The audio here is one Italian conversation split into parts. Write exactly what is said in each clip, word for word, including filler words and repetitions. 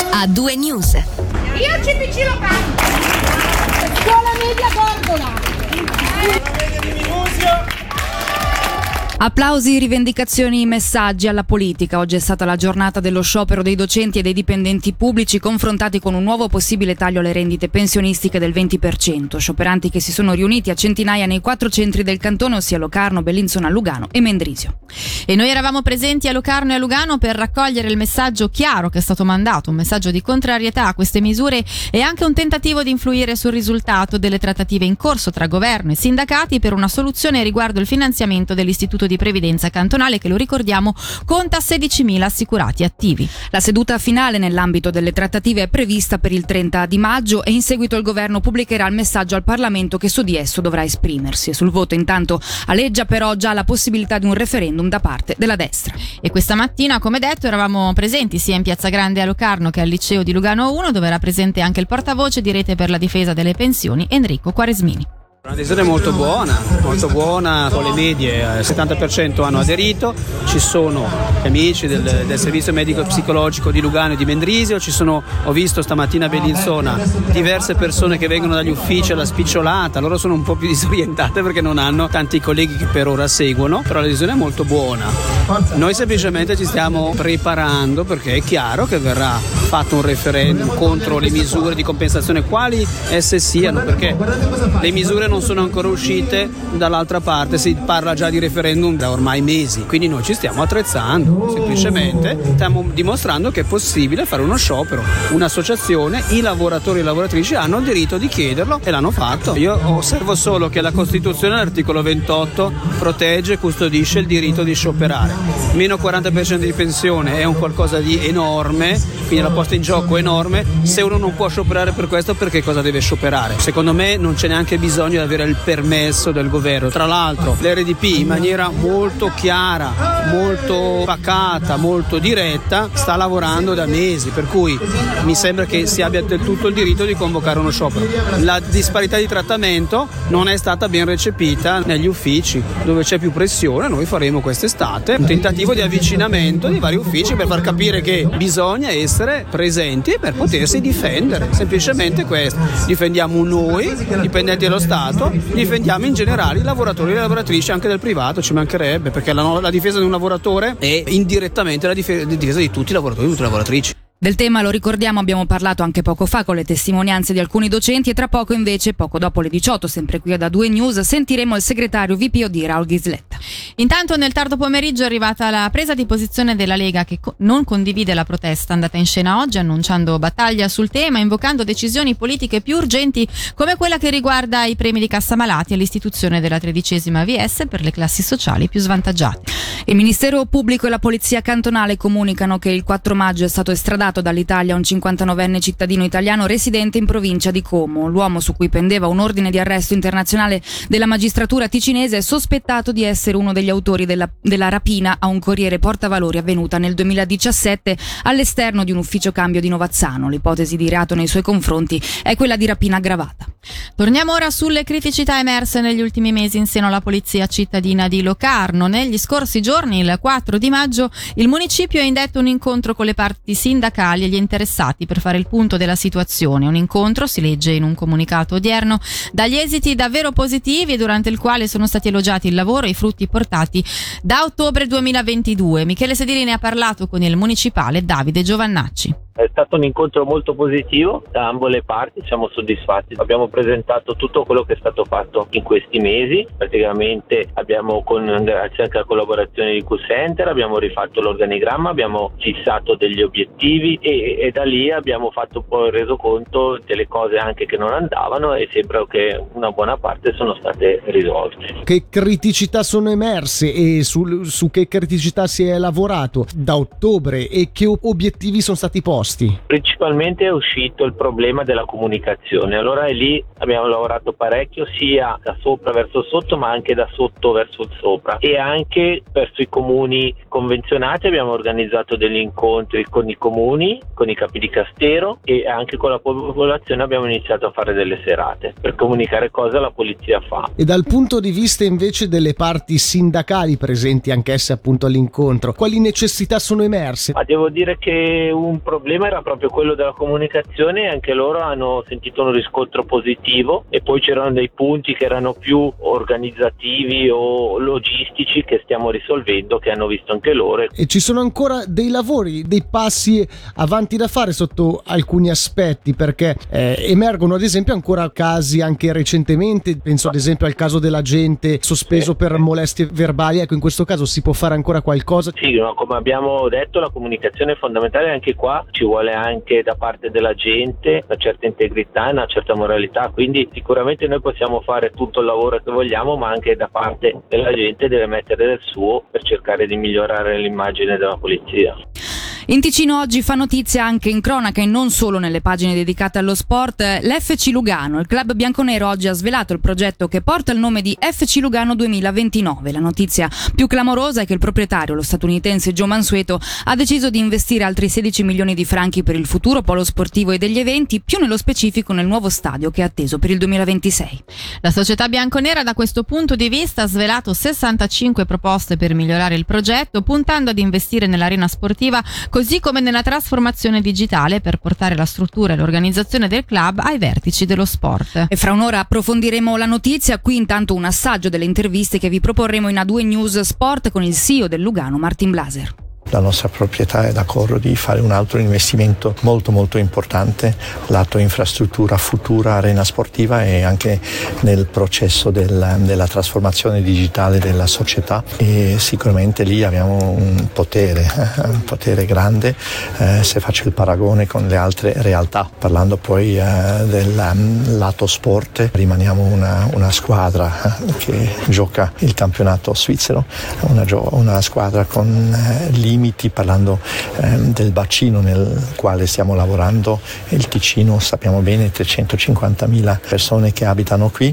A due News. Io C P C locale. Scuola media Gorgola. Applausi, rivendicazioni, messaggi alla politica. Oggi è stata la giornata dello sciopero dei docenti e dei dipendenti pubblici, confrontati con un nuovo possibile taglio alle rendite pensionistiche del venti per cento. Scioperanti che si sono riuniti a centinaia nei quattro centri del cantone, ossia Locarno, Bellinzona, Lugano e Mendrisio. E noi eravamo presenti a Locarno e a Lugano per raccogliere il messaggio chiaro che è stato mandato, un messaggio di contrarietà a queste misure e anche un tentativo di influire sul risultato delle trattative in corso tra governo e sindacati per una soluzione riguardo il finanziamento dell'istituto di previdenza cantonale, che, lo ricordiamo, conta sedicimila assicurati attivi. La seduta finale nell'ambito delle trattative è prevista per il trenta di maggio e in seguito il governo pubblicherà il messaggio al Parlamento, che su di esso dovrà esprimersi. E sul voto intanto aleggia però già la possibilità di un referendum da parte della destra. E questa mattina, come detto, eravamo presenti sia in Piazza Grande a Locarno che al liceo di Lugano uno, dove era presente anche il portavoce di Rete per la Difesa delle Pensioni, Enrico Quaresmini. Un'adesione molto buona, molto buona con le medie, il settanta per cento hanno aderito, ci sono gli amici del, del servizio medico psicologico di Lugano e di Mendrisio, ci sono, ho visto stamattina a Bellinzona diverse persone che vengono dagli uffici alla spicciolata, loro sono un po' più disorientate perché non hanno tanti colleghi che per ora seguono, però l'adesione è molto buona. Noi semplicemente ci stiamo preparando perché è chiaro che verrà fatto un referendum contro le misure di compensazione, quali esse siano, perché le misure non sono ancora uscite, dall'altra parte si parla già di referendum da ormai mesi, quindi noi ci stiamo attrezzando, semplicemente stiamo dimostrando che è possibile fare uno sciopero, un'associazione, i lavoratori e le lavoratrici hanno il diritto di chiederlo e l'hanno fatto. Io osservo solo che la Costituzione all'articolo ventotto protegge e custodisce il diritto di scioperare, meno quaranta per cento di pensione è un qualcosa di enorme, quindi la posta in gioco è enorme, se uno non può scioperare per questo, perché cosa deve scioperare? Secondo me non c'è neanche bisogno di avere il permesso del governo. Tra l'altro l'R D P in maniera molto chiara, molto pacata, molto diretta sta lavorando da mesi, per cui mi sembra che si abbia del tutto il diritto di convocare uno sciopero. La disparità di trattamento non è stata ben recepita negli uffici, dove c'è più pressione noi faremo quest'estate un tentativo di avvicinamento di vari uffici per far capire che bisogna essere presenti per potersi difendere, semplicemente questo. Difendiamo noi, dipendenti dello Stato, difendiamo in generale i lavoratori e le lavoratrici anche del privato, ci mancherebbe, perché la, la difesa di un lavoratore è indirettamente la difesa, la difesa di tutti i lavoratori e tutte le lavoratrici. Del tema, lo ricordiamo, abbiamo parlato anche poco fa con le testimonianze di alcuni docenti e tra poco invece, poco dopo le diciotto, sempre qui ad A due News, sentiremo il segretario V P O D Raul Ghisletta. Intanto nel tardo pomeriggio è arrivata la presa di posizione della Lega, che co- non condivide la protesta andata in scena oggi, annunciando battaglia sul tema, invocando decisioni politiche più urgenti come quella che riguarda i premi di cassa malati e l'istituzione della tredicesima V S per le classi sociali più svantaggiate. Il Ministero Pubblico e la Polizia Cantonale comunicano che il quattro maggio è stato estradato dall'Italia un cinquantanovenne cittadino italiano residente in provincia di Como. L'uomo, su cui pendeva un ordine di arresto internazionale della magistratura ticinese, è sospettato di essere uno degli autori della, della rapina a un corriere portavalori avvenuta nel duemiladiciassette all'esterno di un ufficio cambio di Novazzano. L'ipotesi di reato nei suoi confronti è quella di rapina aggravata. Torniamo ora sulle criticità emerse negli ultimi mesi in seno alla Polizia Cittadina di Locarno. Negli scorsi giorni, il quattro di maggio, il municipio ha indetto un incontro con le parti sindacali e gli interessati per fare il punto della situazione. Un incontro, si legge in un comunicato odierno, dagli esiti davvero positivi e durante il quale sono stati elogiati il lavoro e i frutti portati da ottobre duemilaventidue. Michele Sedili ne ha parlato con il municipale Davide Giovannacci. È stato un incontro molto positivo da ambo le parti, siamo soddisfatti. Abbiamo presentato tutto quello che è stato fatto in questi mesi, praticamente abbiamo, con grazie anche alla collaborazione di Q-Center, abbiamo rifatto l'organigramma, abbiamo fissato degli obiettivi e, e da lì abbiamo fatto poi reso conto delle cose anche che non andavano e sembra che una buona parte sono state risolte. Che criticità sono emerse e su, su che criticità si è lavorato da ottobre e che obiettivi sono stati posti? Principalmente è uscito il problema della comunicazione, allora lì abbiamo lavorato parecchio sia da sopra verso sotto ma anche da sotto verso il sopra e anche verso i comuni convenzionati abbiamo organizzato degli incontri con i comuni, con i capi di Castero e anche con la popolazione abbiamo iniziato a fare delle serate per comunicare cosa la polizia fa. E dal punto di vista invece delle parti sindacali presenti anch'esse appunto all'incontro, quali necessità sono emerse? Ma devo dire che un problema tema era proprio quello della comunicazione e anche loro hanno sentito un riscontro positivo, e poi c'erano dei punti che erano più organizzativi o logistici che stiamo risolvendo, che hanno visto anche loro. E ci sono ancora dei lavori, dei passi avanti da fare sotto alcuni aspetti, perché eh, emergono ad esempio ancora casi anche recentemente, penso ad esempio al caso dell'agente sospeso per molestie verbali. Ecco, in questo caso si può fare ancora qualcosa? Sì, no, come abbiamo detto, la comunicazione è fondamentale, anche qua ci vuole anche da parte della gente una certa integrità e una certa moralità, quindi sicuramente noi possiamo fare tutto il lavoro che vogliamo, ma anche da parte della gente deve mettere del suo per cercare di migliorare l'immagine della polizia. In Ticino oggi fa notizia anche in cronaca e non solo nelle pagine dedicate allo sport l'F C Lugano. Il club bianconero oggi ha svelato il progetto che porta il nome di F C Lugano duemilaventinove. La notizia più clamorosa è che il proprietario, lo statunitense Joe Mansueto, ha deciso di investire altri sedici milioni di franchi per il futuro polo sportivo e degli eventi, più nello specifico nel nuovo stadio che è atteso per il duemilaventisei. La società bianconera da questo punto di vista ha svelato sessantacinque proposte per migliorare il progetto, puntando ad investire nell'arena sportiva così come nella trasformazione digitale per portare la struttura e l'organizzazione del club ai vertici dello sport. E fra un'ora approfondiremo la notizia, qui intanto un assaggio delle interviste che vi proporremo in A due News Sport con il C E O del Lugano, Martin Blaser. La nostra proprietà è d'accordo di fare un altro investimento molto molto importante lato infrastruttura futura, arena sportiva, e anche nel processo del, della trasformazione digitale della società, e sicuramente lì abbiamo un potere, eh, un potere grande eh, se faccio il paragone con le altre realtà. Parlando poi eh, del um, lato sport, rimaniamo una, una squadra eh, che gioca il campionato svizzero, una, gio- una squadra con eh, limiti, parlando ehm, del bacino nel quale stiamo lavorando, il Ticino sappiamo bene trecentocinquantamila persone che abitano qui,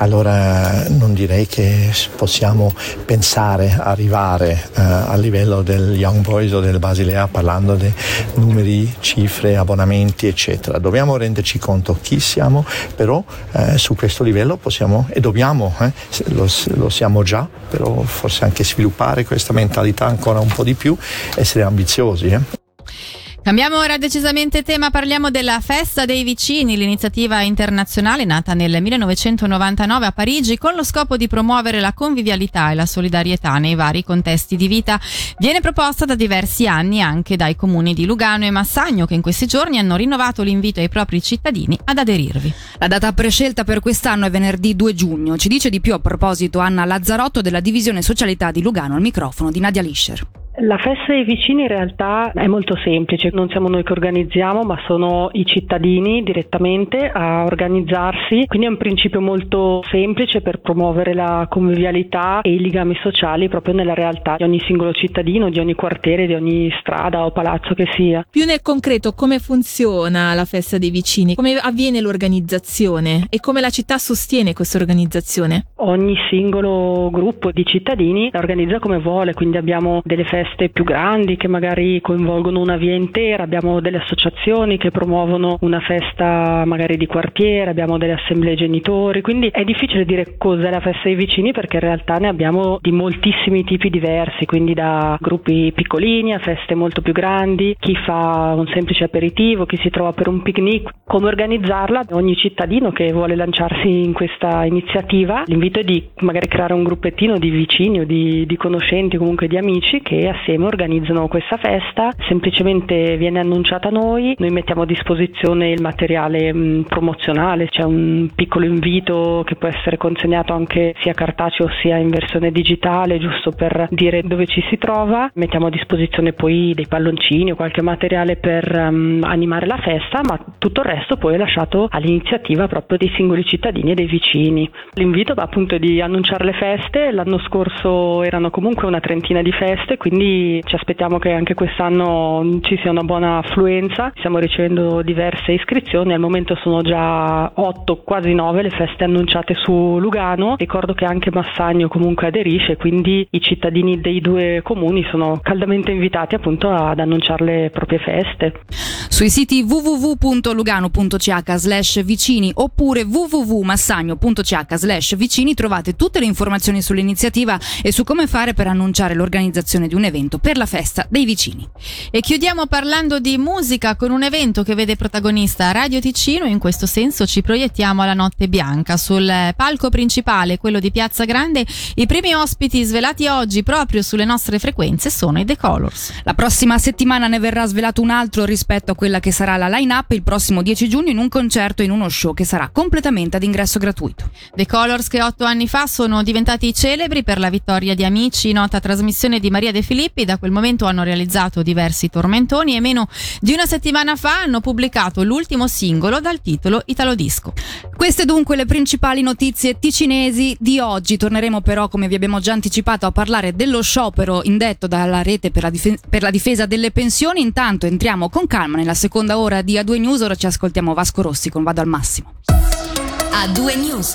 allora non direi che possiamo pensare arrivare eh, a livello del Young Boys o del Basilea parlando di numeri, cifre, abbonamenti eccetera. Dobbiamo renderci conto chi siamo, però eh, su questo livello possiamo e dobbiamo, eh, lo, lo siamo già, però forse anche sviluppare questa mentalità ancora un po' di più, essere ambiziosi. Eh? Cambiamo ora decisamente tema, parliamo della Festa dei Vicini, l'iniziativa internazionale nata nel millenovecentonovantanove a Parigi con lo scopo di promuovere la convivialità e la solidarietà nei vari contesti di vita. Viene proposta da diversi anni anche dai comuni di Lugano e Massagno, che in questi giorni hanno rinnovato l'invito ai propri cittadini ad aderirvi. La data prescelta per quest'anno è venerdì due giugno. Ci dice di più a proposito Anna Lazzarotto della divisione socialità di Lugano, al microfono di Nadia Lischer. La festa dei vicini in realtà è molto semplice, non siamo noi che organizziamo, ma sono i cittadini direttamente a organizzarsi, quindi è un principio molto semplice per promuovere la convivialità e i legami sociali proprio nella realtà di ogni singolo cittadino, di ogni quartiere, di ogni strada o palazzo che sia. Più nel concreto, come funziona la festa dei vicini? Come avviene l'organizzazione e come la città sostiene questa organizzazione? Ogni singolo gruppo di cittadini la organizza come vuole, quindi abbiamo delle feste più grandi che magari coinvolgono una via intera, abbiamo delle associazioni che promuovono una festa magari di quartiere, abbiamo delle assemblee genitori, quindi è difficile dire cos'è la festa dei vicini perché in realtà ne abbiamo di moltissimi tipi diversi, quindi da gruppi piccolini a feste molto più grandi, chi fa un semplice aperitivo, chi si trova per un picnic. Come organizzarla? Ogni cittadino che vuole lanciarsi in questa iniziativa, l'invito è di magari creare un gruppettino di vicini o di, di conoscenti, comunque di amici che assieme organizzano questa festa, semplicemente viene annunciata a noi, noi mettiamo a disposizione il materiale mh, promozionale, c'è un piccolo invito che può essere consegnato anche sia cartaceo sia in versione digitale, giusto per dire dove ci si trova, mettiamo a disposizione poi dei palloncini o qualche materiale per um, animare la festa, ma tutto il resto poi è lasciato all'iniziativa proprio dei singoli cittadini e dei vicini. L'invito appunto è di annunciare le feste, l'anno scorso erano comunque una trentina di feste, quindi ci aspettiamo che anche quest'anno ci sia una buona affluenza, stiamo ricevendo diverse iscrizioni, al momento sono già otto, quasi nove le feste annunciate su Lugano, ricordo che anche Massagno comunque aderisce, quindi i cittadini dei due comuni sono caldamente invitati appunto ad annunciare le proprie feste. Sui siti w w w punto lugano punto c h slash vicini oppure w w w punto massagno punto c h slash vicini trovate tutte le informazioni sull'iniziativa e su come fare per annunciare l'organizzazione di un evento evento per la festa dei vicini. E chiudiamo parlando di musica con un evento che vede protagonista Radio Ticino. In questo senso ci proiettiamo alla Notte Bianca. Sul palco principale, quello di Piazza Grande, i primi ospiti svelati oggi proprio sulle nostre frequenze sono i The Colors. La prossima settimana ne verrà svelato un altro rispetto a quella che sarà la line-up il prossimo dieci giugno in un concerto e in uno show che sarà completamente ad ingresso gratuito. The Colors, che otto anni fa sono diventati celebri per la vittoria di Amici, nota trasmissione di Maria De Filippi. Da quel momento hanno realizzato diversi tormentoni e meno di una settimana fa hanno pubblicato l'ultimo singolo dal titolo Italo Disco. Queste dunque le principali notizie ticinesi di oggi. Torneremo però, come vi abbiamo già anticipato, a parlare dello sciopero indetto dalla rete per la, dif- per la difesa delle pensioni. Intanto entriamo con calma nella seconda ora di A due News. Ora ci ascoltiamo Vasco Rossi con Vado al Massimo. A due News.